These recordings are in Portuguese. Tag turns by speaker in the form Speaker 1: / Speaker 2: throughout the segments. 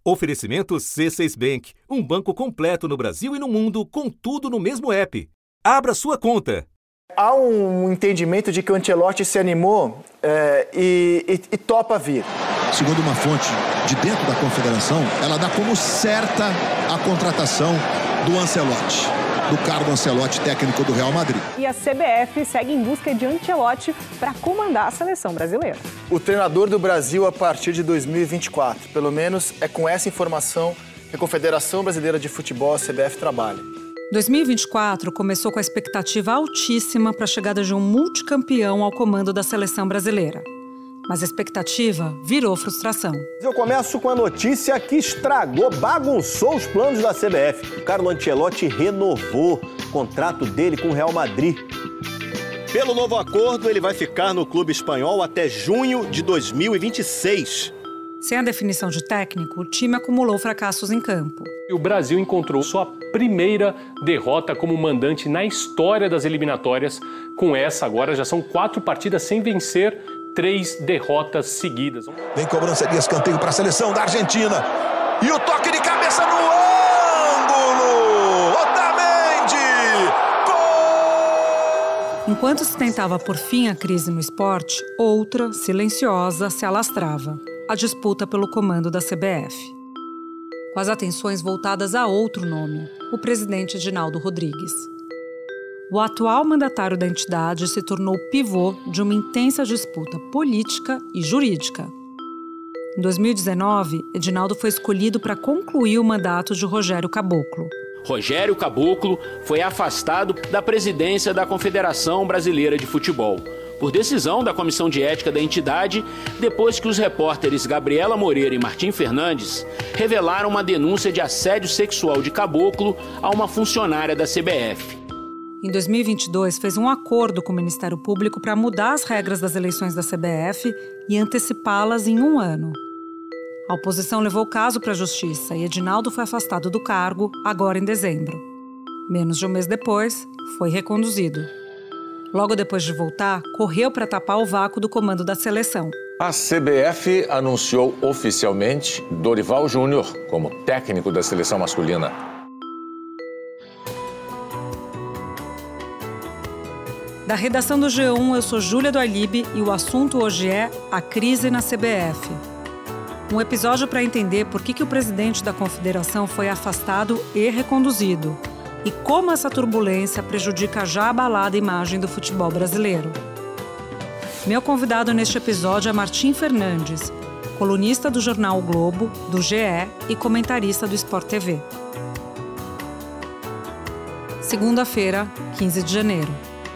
Speaker 1: Oferecimento C6 Bank, um banco completo no Brasil e no mundo, com tudo no mesmo app. Abra sua conta.
Speaker 2: Há um entendimento de que o Ancelotti se animou e topa vir.
Speaker 3: Segundo uma fonte de dentro da confederação, ela dá como certa a contratação do Ancelotti, do Carlo Ancelotti, técnico do Real Madrid.
Speaker 4: E a CBF segue em busca de Ancelotti para comandar a seleção brasileira.
Speaker 2: O treinador do Brasil a partir de 2024. Pelo menos é com essa informação que a Confederação Brasileira de Futebol, a CBF, trabalha.
Speaker 5: 2024 começou com a expectativa altíssima para a chegada de um multicampeão ao comando da seleção brasileira. Mas a expectativa virou frustração.
Speaker 6: Eu começo com a notícia que bagunçou os planos da CBF. O Carlo Ancelotti renovou o contrato dele com o Real Madrid. Pelo novo acordo, ele vai ficar no clube espanhol até junho de 2026.
Speaker 5: Sem a definição de técnico, o time acumulou fracassos em campo.
Speaker 7: O Brasil encontrou sua primeira derrota como mandante na história das eliminatórias. Com essa, agora já são 4 partidas sem vencer, 3 derrotas seguidas.
Speaker 3: Vem cobrança de escanteio para a seleção da Argentina. E o toque de cabeça no ângulo! Otamendi! Gol!
Speaker 5: Enquanto se tentava por fim a crise no esporte, outra, silenciosa, se alastrava. A disputa pelo comando da CBF. Com as atenções voltadas a outro nome, o presidente Edinaldo Rodrigues. O atual mandatário da entidade se tornou pivô de uma intensa disputa política e jurídica. Em 2019, Edinaldo foi escolhido para concluir o mandato de Rogério Caboclo.
Speaker 8: Rogério Caboclo foi afastado da presidência da Confederação Brasileira de Futebol, por decisão da Comissão de Ética da entidade, depois que os repórteres Gabriela Moreira e Martim Fernandes revelaram uma denúncia de assédio sexual de Caboclo a uma funcionária da CBF.
Speaker 5: Em 2022, fez um acordo com o Ministério Público para mudar as regras das eleições da CBF e antecipá-las em 1 ano. A oposição levou o caso para a Justiça e Edinaldo foi afastado do cargo agora em dezembro. Menos de um mês depois, foi reconduzido. Logo depois de voltar, correu para tapar o vácuo do comando da seleção.
Speaker 9: A CBF anunciou oficialmente Dorival Júnior como técnico da seleção masculina.
Speaker 5: Da redação do G1, eu sou Júlia do Alibe e o assunto hoje é a crise na CBF. Um episódio para entender por que o presidente da confederação foi afastado e reconduzido. E como essa turbulência prejudica a já abalada imagem do futebol brasileiro. Meu convidado neste episódio é Martim Fernandes, colunista do jornal O Globo, do GE e comentarista do Sport TV. Segunda-feira, 15 de janeiro.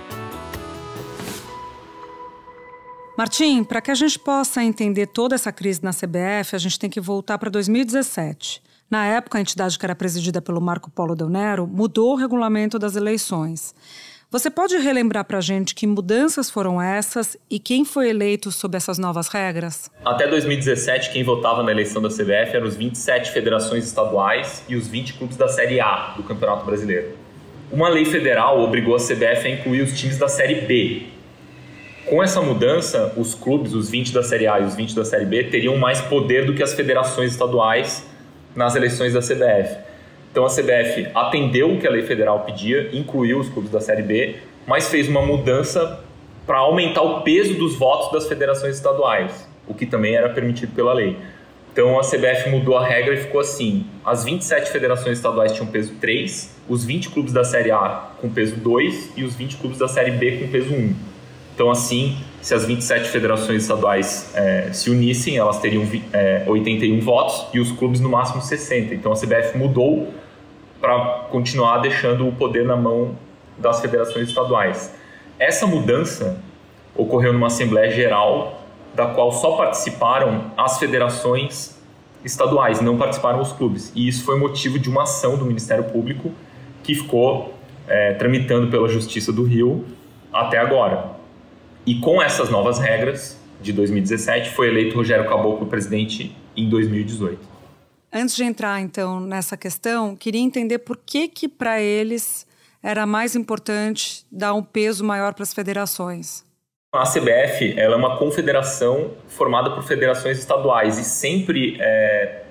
Speaker 5: Martim, para que a gente possa entender toda essa crise na CBF, a gente tem que voltar para 2017. Na época, a entidade que era presidida pelo Marco Polo Del Nero mudou o regulamento das eleições. Você pode relembrar para a gente que mudanças foram essas e quem foi eleito sob essas novas regras?
Speaker 10: Até 2017, quem votava na eleição da CBF eram os 27 federações estaduais e os 20 clubes da Série A do Campeonato Brasileiro. Uma lei federal obrigou a CBF a incluir os times da Série B. Com essa mudança, os clubes, os 20 da Série A e os 20 da Série B, teriam mais poder do que as federações estaduais nas eleições da CBF. Então a CBF atendeu o que a lei federal pedia, incluiu os clubes da Série B, mas fez uma mudança para aumentar o peso dos votos das federações estaduais, o que também era permitido pela lei. Então a CBF mudou a regra e ficou assim: as 27 federações estaduais tinham peso 3, os 20 clubes da Série A com peso 2 e os 20 clubes da Série B com peso 1. Então assim, se as 27 federações estaduais se unissem, elas teriam 81 votos e os clubes no máximo 60. Então a CBF mudou para continuar deixando o poder na mão das federações estaduais. Essa mudança ocorreu numa Assembleia Geral, da qual só participaram as federações estaduais, não participaram os clubes. E isso foi motivo de uma ação do Ministério Público que ficou tramitando pela Justiça do Rio até agora. E com essas novas regras de 2017, foi eleito Rogério Caboclo presidente em 2018.
Speaker 5: Antes de entrar, então, nessa questão, queria entender por que para eles era mais importante dar um peso maior para as federações.
Speaker 10: A CBF ela é uma confederação formada por federações estaduais e sempre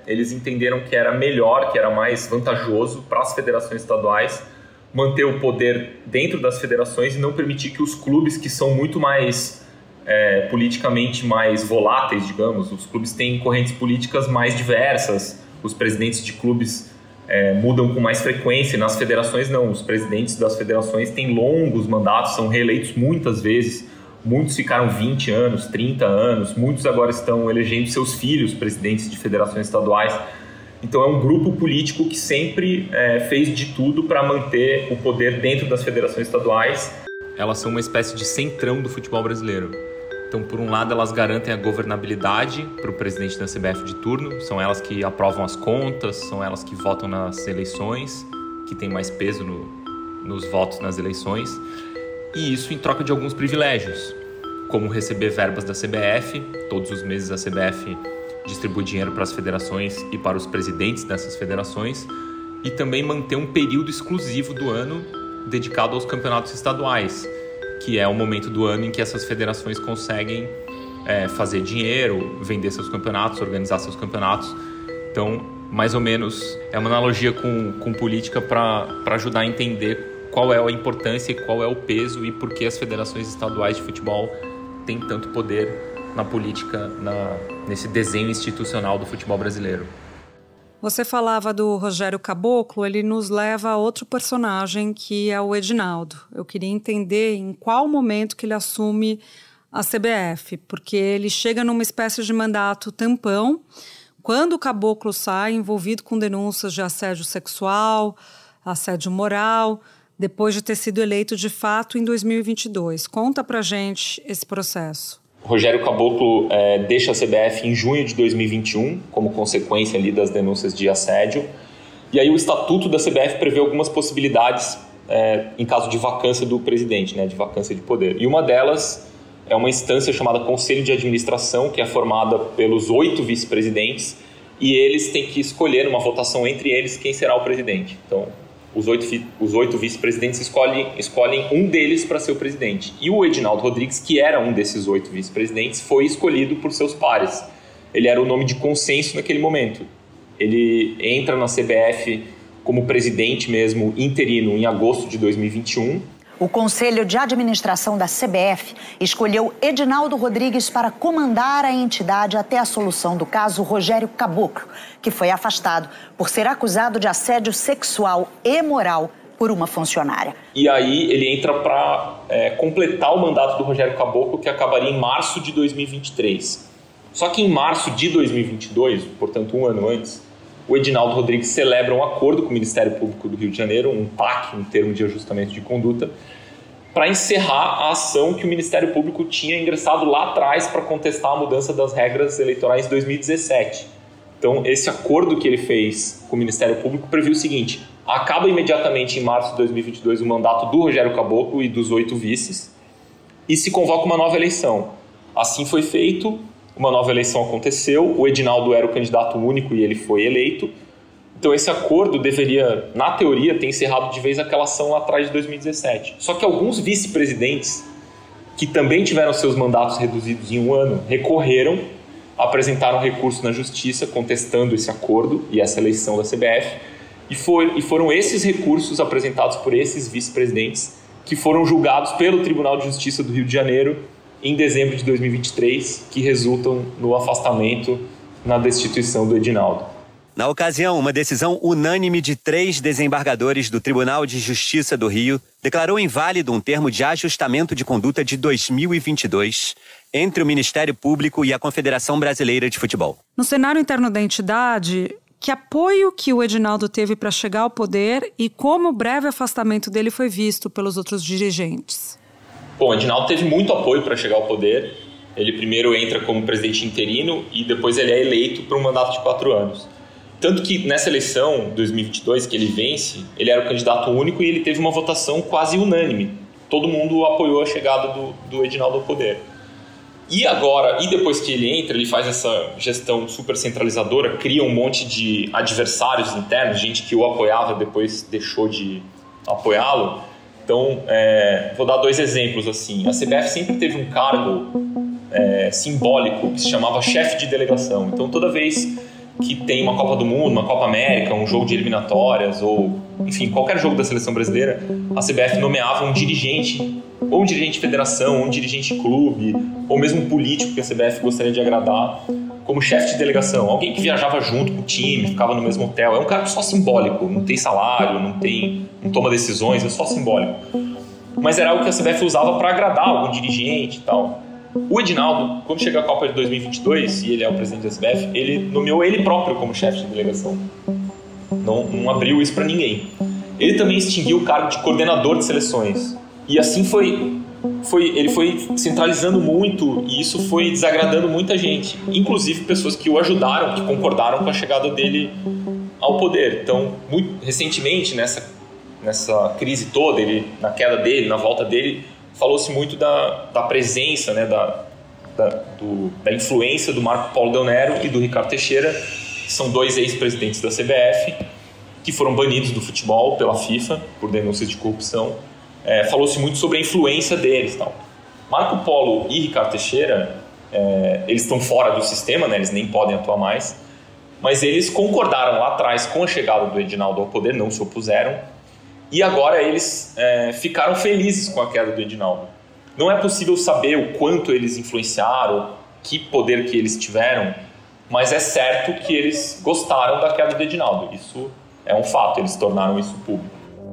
Speaker 10: eles entenderam que era melhor, que era mais vantajoso para as federações estaduais manter o poder dentro das federações e não permitir que os clubes, que são muito mais politicamente mais voláteis, digamos, os clubes têm correntes políticas mais diversas, os presidentes de clubes mudam com mais frequência, nas federações não, os presidentes das federações têm longos mandatos, são reeleitos muitas vezes, muitos ficaram 20 anos, 30 anos, muitos agora estão elegendo seus filhos presidentes de federações estaduais. Então é um grupo político que sempre fez de tudo para manter o poder dentro das federações estaduais. Elas são uma espécie de centrão do futebol brasileiro. Então, por um lado, elas garantem a governabilidade para o presidente da CBF de turno, são elas que aprovam as contas, são elas que votam nas eleições, que tem mais peso nos votos nas eleições, e isso em troca de alguns privilégios, como receber verbas da CBF. Todos os meses a CBF distribui dinheiro para as federações e para os presidentes dessas federações, e também manter um período exclusivo do ano dedicado aos campeonatos estaduais, que é o momento do ano em que essas federações conseguem fazer dinheiro, vender seus campeonatos, organizar seus campeonatos. Então, mais ou menos, é uma analogia com política para ajudar a entender qual é a importância e qual é o peso e por que as federações estaduais de futebol têm tanto poder na política, nesse desenho institucional do futebol brasileiro.
Speaker 5: Você falava do Rogério Caboclo, ele nos leva a outro personagem, que é o Edinaldo. Eu queria entender em qual momento que ele assume a CBF, porque ele chega numa espécie de mandato tampão, quando o Caboclo sai envolvido com denúncias de assédio sexual, assédio moral, depois de ter sido eleito de fato em 2022. Conta pra gente esse processo.
Speaker 10: Rogério Caboclo deixa a CBF em junho de 2021, como consequência ali das denúncias de assédio. E aí o estatuto da CBF prevê algumas possibilidades em caso de vacância do presidente, né, de vacância de poder. E uma delas é uma instância chamada Conselho de Administração, que é formada pelos 8 vice-presidentes, e eles têm que escolher, numa votação entre eles, quem será o presidente. Então, os 8 vice-presidentes escolhem um deles para ser o presidente. E o Edinaldo Rodrigues, que era um desses 8 vice-presidentes, foi escolhido por seus pares. Ele era o nome de consenso naquele momento. Ele entra na CBF como presidente mesmo interino em agosto de 2021.
Speaker 11: O Conselho de Administração da CBF escolheu Edinaldo Rodrigues para comandar a entidade até a solução do caso Rogério Caboclo, que foi afastado por ser acusado de assédio sexual e moral por uma funcionária.
Speaker 10: E aí ele entra para completar o mandato do Rogério Caboclo, que acabaria em março de 2023. Só que em março de 2022, portanto um ano antes, o Edinaldo Rodrigues celebra um acordo com o Ministério Público do Rio de Janeiro, um TAC, um termo de ajustamento de conduta, para encerrar a ação que o Ministério Público tinha ingressado lá atrás para contestar a mudança das regras eleitorais de 2017. Então, esse acordo que ele fez com o Ministério Público previu o seguinte: acaba imediatamente em março de 2022 o mandato do Rogério Caboclo e dos 8 vices e se convoca uma nova eleição. Assim foi feito. Uma nova eleição aconteceu, o Edinaldo era o candidato único e ele foi eleito. Então esse acordo deveria, na teoria, ter encerrado de vez aquela ação lá atrás de 2017. Só que alguns vice-presidentes, que também tiveram seus mandatos reduzidos em um ano, recorreram, apresentaram recurso na justiça contestando esse acordo e essa eleição da CBF. E foram esses recursos apresentados por esses vice-presidentes que foram julgados pelo Tribunal de Justiça do Rio de Janeiro em dezembro de 2023, que resultam no afastamento, na destituição do Edinaldo.
Speaker 12: Na ocasião, uma decisão unânime de 3 desembargadores do Tribunal de Justiça do Rio declarou inválido um termo de ajustamento de conduta de 2022 entre o Ministério Público e a Confederação Brasileira de Futebol.
Speaker 5: No cenário interno da entidade, que apoio que o Edinaldo teve para chegar ao poder e como o breve afastamento dele foi visto pelos outros dirigentes?
Speaker 10: Bom, o Edinaldo teve muito apoio para chegar ao poder. Ele primeiro entra como presidente interino e depois ele é eleito por um mandato de 4 anos. Tanto que nessa eleição, 2022, que ele vence, ele era o candidato único e ele teve uma votação quase unânime. Todo mundo apoiou a chegada do Edinaldo ao poder. E agora, e depois que ele entra, ele faz essa gestão super centralizadora, cria um monte de adversários internos, gente que o apoiava depois deixou de apoiá-lo. Então, vou dar 2 exemplos assim. A CBF sempre teve um cargo simbólico que se chamava chefe de delegação. Então, toda vez que tem uma Copa do Mundo, uma Copa América, um jogo de eliminatórias ou, enfim, qualquer jogo da seleção brasileira, a CBF nomeava um dirigente, ou um dirigente de federação, ou um dirigente de clube, ou mesmo um político que a CBF gostaria de agradar, como chefe de delegação. Alguém que viajava junto com o time, ficava no mesmo hotel. É um cargo só simbólico, não tem salário, não toma decisões, é só simbólico. Mas era algo que a CBF usava para agradar algum dirigente e tal. O Edinaldo, quando chega a Copa de 2022, e ele é o presidente da CBF, ele nomeou ele próprio como chefe de delegação. Não abriu isso para ninguém. Ele também extinguiu o cargo de coordenador de seleções. E assim ele foi centralizando muito, e isso foi desagradando muita gente, inclusive pessoas que o ajudaram, que concordaram com a chegada dele ao poder. Então, muito recentemente, nessa crise toda, na queda dele, na volta dele, falou-se muito da presença, né, da influência do Marco Polo Del Nero e do Ricardo Teixeira, que são dois ex-presidentes da CBF, que foram banidos do futebol pela FIFA por denúncias de corrupção. Falou-se muito sobre a influência deles. Tal. Marco Polo e Ricardo Teixeira, eles estão fora do sistema, né, eles nem podem atuar mais, mas eles concordaram lá atrás com a chegada do Edinaldo ao poder, não se opuseram, e agora eles ficaram felizes com a queda do Edinaldo. Não é possível saber o quanto eles influenciaram, que poder que eles tiveram, mas é certo que eles gostaram da queda do Edinaldo. Isso é um fato, eles tornaram isso público.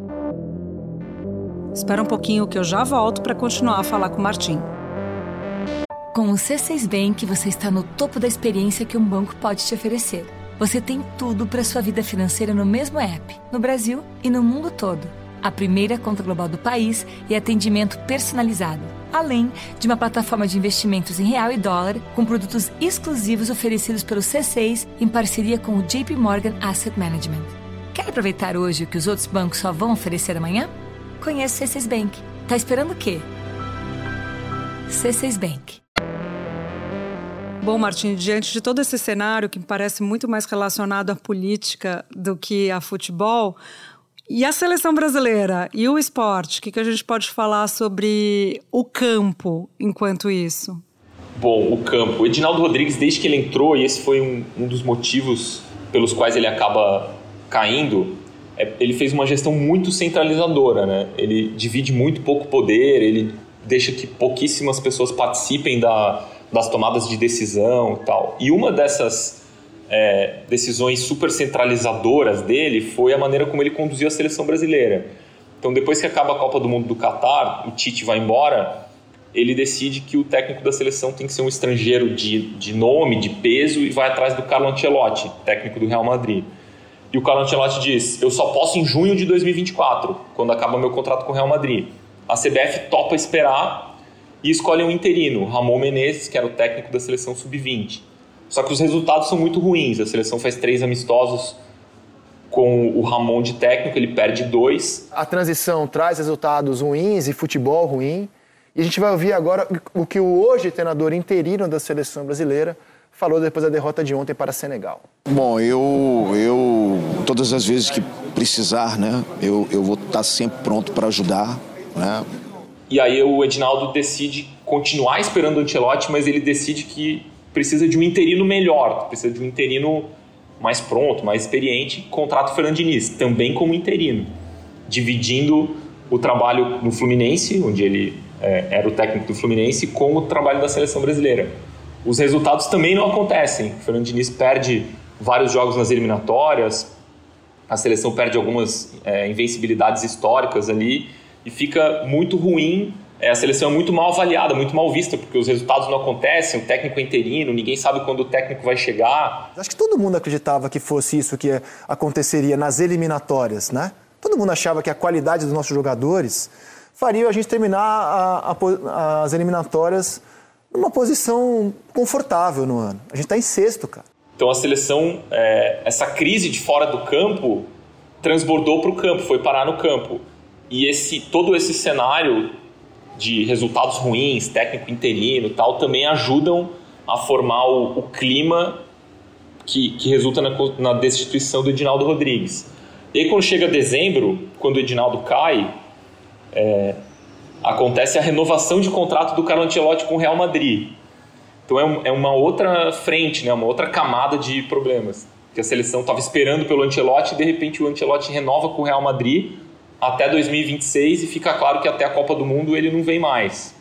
Speaker 5: Espera um pouquinho que eu já volto para continuar a falar com o Martim.
Speaker 13: Com o C6 Bank, você está no topo da experiência que um banco pode te oferecer. Você tem tudo para sua vida financeira no mesmo app, no Brasil e no mundo todo. A primeira conta global do país e atendimento personalizado. Além de uma plataforma de investimentos em real e dólar, com produtos exclusivos oferecidos pelo C6 em parceria com o JP Morgan Asset Management. Quer aproveitar hoje o que os outros bancos só vão oferecer amanhã? Conheça o C6 Bank. Tá esperando o quê? C6 Bank.
Speaker 5: Bom, Martim, diante de todo esse cenário que me parece muito mais relacionado à política do que a futebol, e a seleção brasileira e o esporte, o que a gente pode falar sobre o campo enquanto isso?
Speaker 10: Bom, o campo. O Edinaldo Rodrigues, desde que ele entrou, e esse foi um dos motivos pelos quais ele acaba caindo, ele fez uma gestão muito centralizadora, né? Ele divide muito pouco poder, ele deixa que pouquíssimas pessoas participem das tomadas de decisão e tal. E uma dessas decisões super centralizadoras dele foi a maneira como ele conduziu a seleção brasileira. Então, depois que acaba a Copa do Mundo do Catar, o Tite vai embora, ele decide que o técnico da seleção tem que ser um estrangeiro de nome, de peso, e vai atrás do Carlo Ancelotti, técnico do Real Madrid. E o Carlo Ancelotti diz: eu só posso em junho de 2024, quando acaba meu contrato com o Real Madrid. A CBF topa esperar e escolhe um interino, Ramon Menezes, que era o técnico da seleção sub-20. Só que os resultados são muito ruins. A seleção faz 3 amistosos com o Ramon de técnico, ele perde 2.
Speaker 2: A transição traz resultados ruins e futebol ruim. E a gente vai ouvir agora o que o hoje treinador interino da seleção brasileira falou depois da derrota de ontem para Senegal.
Speaker 14: Bom, eu todas as vezes que precisar, né, eu vou estar sempre pronto para ajudar, né?
Speaker 10: E aí o Edinaldo decide continuar esperando o Ancelotti, mas ele decide que precisa de um interino melhor, precisa de um interino mais pronto, mais experiente, contrata o Fernando Diniz, também como interino, dividindo o trabalho no Fluminense, onde ele era o técnico do Fluminense, com o trabalho da seleção brasileira. Os resultados também não acontecem. O Fernando Diniz perde vários jogos nas eliminatórias, a seleção perde algumas invencibilidades históricas ali e fica muito ruim. A seleção é muito mal avaliada, muito mal vista, porque os resultados não acontecem, o técnico é interino, ninguém sabe quando o técnico vai chegar.
Speaker 2: Acho que todo mundo acreditava que fosse isso que aconteceria nas eliminatórias, né? Todo mundo achava que a qualidade dos nossos jogadores faria a gente terminar as eliminatórias numa posição confortável no ano. A gente está em 6º, cara.
Speaker 10: Então a seleção, essa crise de fora do campo, transbordou para o campo, foi parar no campo. E todo esse cenário de resultados ruins, técnico interino e tal, também ajudam a formar o clima que resulta na destituição do Edinaldo Rodrigues. E aí, quando chega dezembro, quando o Edinaldo cai, acontece a renovação de contrato do Carlo Ancelotti com o Real Madrid. Então é uma outra frente, né? Uma outra camada de problemas. Que a seleção estava esperando pelo Ancelotti e de repente o Ancelotti renova com o Real Madrid até 2026 e fica claro que até a Copa do Mundo ele não vem mais.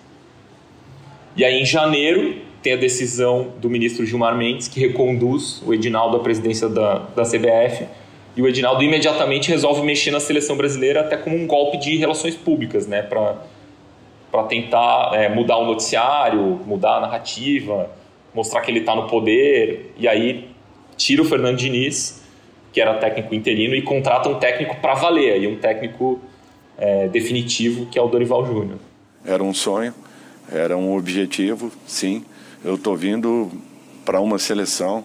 Speaker 10: E aí em janeiro tem a decisão do ministro Gilmar Mendes que reconduz o Edinaldo à presidência da CBF e o Edinaldo imediatamente resolve mexer na seleção brasileira até como um golpe de relações públicas, né? Para tentar mudar o noticiário, mudar a narrativa, mostrar que ele está no poder, e aí tira o Fernando Diniz, que era técnico interino, e contrata um técnico para valer, e um técnico definitivo, que é o Dorival Júnior.
Speaker 15: Era um sonho, era um objetivo, sim. Eu estou vindo para uma seleção,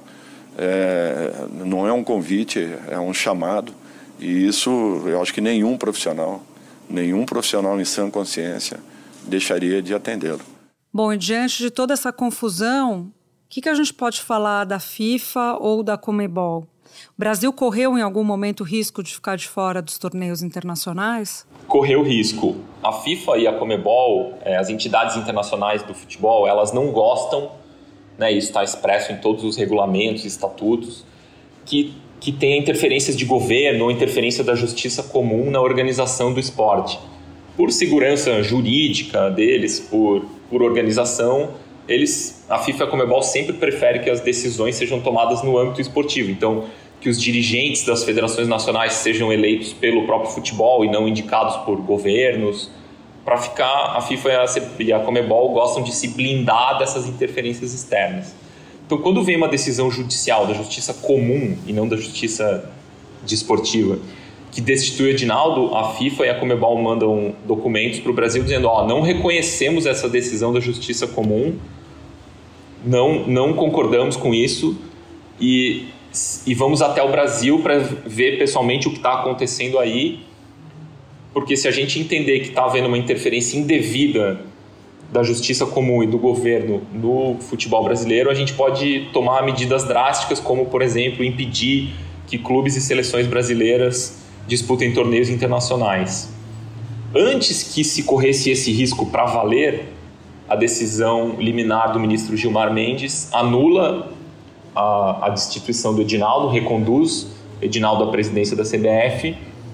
Speaker 15: não é um convite, é um chamado, e isso eu acho que nenhum profissional em sã consciência deixaria de atendê-lo.
Speaker 5: Bom, e diante de toda essa confusão, o que a gente pode falar da FIFA ou da Conmebol? O Brasil correu em algum momento o risco de ficar de fora dos torneios internacionais?
Speaker 10: Correu risco. A FIFA e a Conmebol, as entidades internacionais do futebol, elas não gostam, né, isso está expresso em todos os regulamentos e estatutos, que tenha interferências de governo ou interferência da justiça comum na organização do esporte. Por segurança jurídica deles, por organização, a FIFA e a Conmebol sempre preferem que as decisões sejam tomadas no âmbito esportivo. Então, que os dirigentes das federações nacionais sejam eleitos pelo próprio futebol e não indicados por governos. Para ficar, a FIFA e a Conmebol gostam de se blindar dessas interferências externas. Então, quando vem uma decisão judicial da justiça comum e não da justiça desportiva, que destitui o Edinaldo, a FIFA e a Conmebol mandam documentos para o Brasil dizendo: não reconhecemos essa decisão da justiça comum, não concordamos com isso e vamos até o Brasil para ver pessoalmente o que está acontecendo aí, porque se a gente entender que está havendo uma interferência indevida da justiça comum e do governo no futebol brasileiro, a gente pode tomar medidas drásticas, como, por exemplo, impedir que clubes e seleções brasileiras disputem torneios internacionais. Antes que se corresse esse risco para valer, a decisão liminar do ministro Gilmar Mendes anula a destituição do Edinaldo, reconduz Edinaldo à presidência da CBF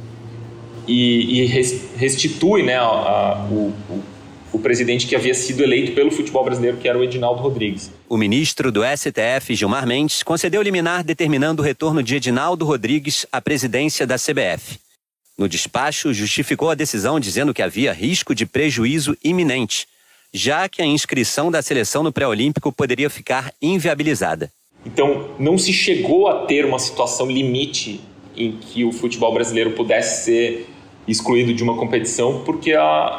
Speaker 10: e restitui, né, o presidente que havia sido eleito pelo futebol brasileiro, que era o Edinaldo Rodrigues.
Speaker 12: O ministro do STF, Gilmar Mendes, concedeu liminar determinando o retorno de Edinaldo Rodrigues à presidência da CBF. No despacho, justificou a decisão dizendo que havia risco de prejuízo iminente, já que a inscrição da seleção no pré-olímpico poderia ficar inviabilizada.
Speaker 10: Então, não se chegou a ter uma situação limite em que o futebol brasileiro pudesse ser excluído de uma competição, porque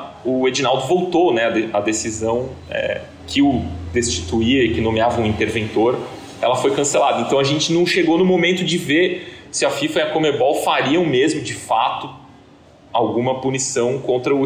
Speaker 10: o Edinaldo voltou, né, a decisão que o destituía e que nomeava um interventor, ela foi cancelada. Então a gente não chegou no momento de ver se a FIFA e a Conmebol fariam mesmo, de fato, alguma punição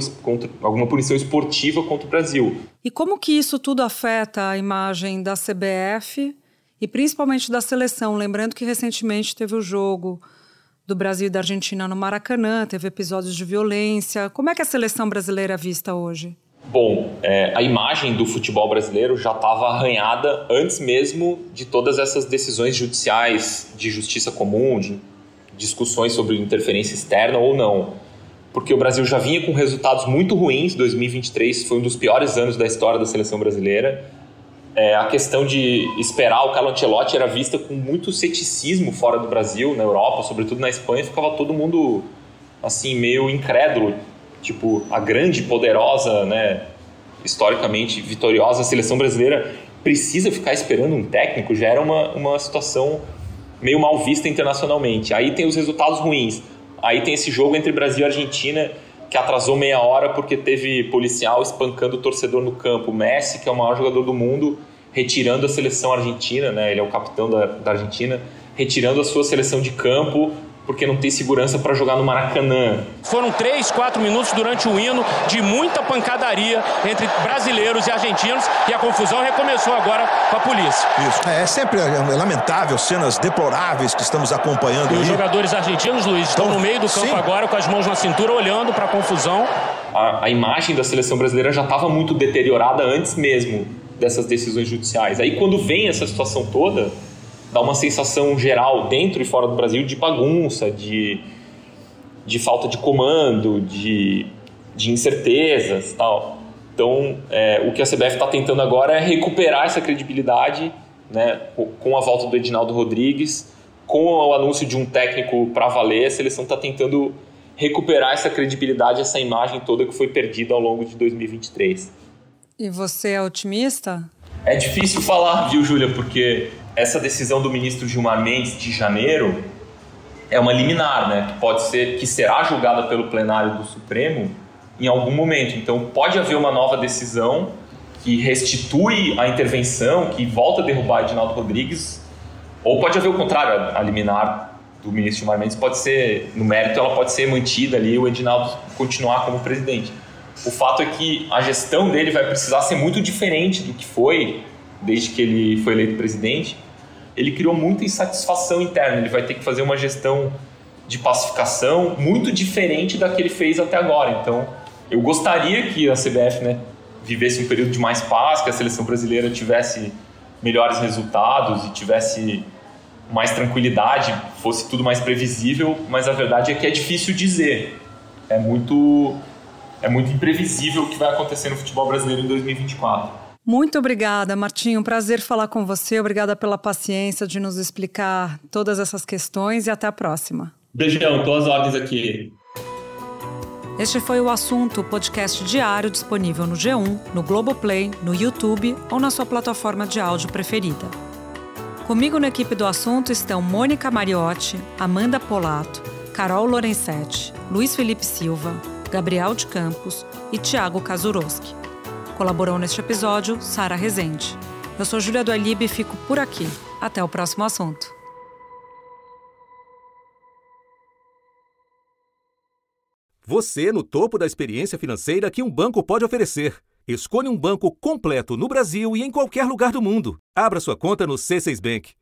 Speaker 10: alguma punição esportiva contra o Brasil.
Speaker 5: E como que isso tudo afeta a imagem da CBF e principalmente da seleção? Lembrando que recentemente teve o jogo do Brasil e da Argentina no Maracanã, teve episódios de violência. Como é que a seleção brasileira é vista hoje?
Speaker 10: Bom, a imagem do futebol brasileiro já estava arranhada antes mesmo de todas essas decisões judiciais de justiça comum, de discussões sobre interferência externa ou não. Porque o Brasil já vinha com resultados muito ruins. 2023 foi um dos piores anos da história da seleção brasileira. A questão de esperar o Carlo Ancelotti era vista com muito ceticismo fora do Brasil, na Europa, sobretudo na Espanha, ficava todo mundo assim, meio incrédulo. Tipo, a grande, poderosa, né, historicamente vitoriosa seleção brasileira precisa ficar esperando um técnico, já era uma situação meio mal vista internacionalmente. Aí tem os resultados ruins, aí tem esse jogo entre Brasil e Argentina que atrasou meia hora porque teve policial espancando o torcedor no campo. O Messi, que é o maior jogador do mundo, retirando a seleção argentina, né? Ele é o capitão da Argentina, retirando a sua seleção de campo porque não tem segurança para jogar no Maracanã.
Speaker 16: Foram 3, 4 minutos durante o hino de muita pancadaria entre brasileiros e argentinos e a confusão recomeçou agora com a polícia.
Speaker 3: Isso. É sempre lamentável, cenas deploráveis que estamos acompanhando.
Speaker 16: E os jogadores argentinos, Luiz, estão no meio do campo agora com as mãos na cintura olhando para a confusão.
Speaker 10: A imagem da seleção brasileira já estava muito deteriorada antes mesmo dessas decisões judiciais. Aí quando vem essa situação toda, dá uma sensação geral, dentro e fora do Brasil, de bagunça, de falta de comando, de incertezas e tal. Então, o que a CBF está tentando agora é recuperar essa credibilidade, né, com a volta do Edinaldo Rodrigues, com o anúncio de um técnico para valer. A seleção está tentando recuperar essa credibilidade, essa imagem toda que foi perdida ao longo de 2023.
Speaker 5: E você é otimista?
Speaker 10: É difícil falar, viu, Júlia, porque essa decisão do ministro Gilmar Mendes de janeiro é uma liminar, né, que será julgada pelo plenário do Supremo em algum momento. Então pode haver uma nova decisão que restitui a intervenção, que volta a derrubar Edinaldo Rodrigues, ou pode haver o contrário, a liminar do ministro Gilmar Mendes pode ser, no mérito, ela pode ser mantida ali, o Edinaldo continuar como presidente. O fato é que a gestão dele vai precisar ser muito diferente do que foi desde que ele foi eleito presidente. Ele criou muita insatisfação interna, ele vai ter que fazer uma gestão de pacificação muito diferente da que ele fez até agora. Então, eu gostaria que a CBF, né, vivesse um período de mais paz, que a seleção brasileira tivesse melhores resultados e tivesse mais tranquilidade, fosse tudo mais previsível, mas a verdade é que é difícil dizer. É muito imprevisível o que vai acontecer no futebol brasileiro em 2024.
Speaker 5: Muito obrigada, Martinho. Um prazer falar com você. Obrigada pela paciência de nos explicar todas essas questões e até a próxima.
Speaker 10: Beijão, tô às ordens aqui.
Speaker 5: Este foi o Assunto, podcast diário disponível no G1, no Globoplay, no YouTube ou na sua plataforma de áudio preferida. Comigo na equipe do Assunto estão Mônica Mariotti, Amanda Polato, Carol Lorenzetti, Luiz Felipe Silva, Gabriel de Campos e Thiago Kazuroski. Colaborou neste episódio Sara Rezende. Eu sou Júlia do Alibe e fico por aqui. Até o próximo assunto.
Speaker 1: Você no topo da experiência financeira que um banco pode oferecer. Escolha um banco completo no Brasil e em qualquer lugar do mundo. Abra sua conta no C6 Bank.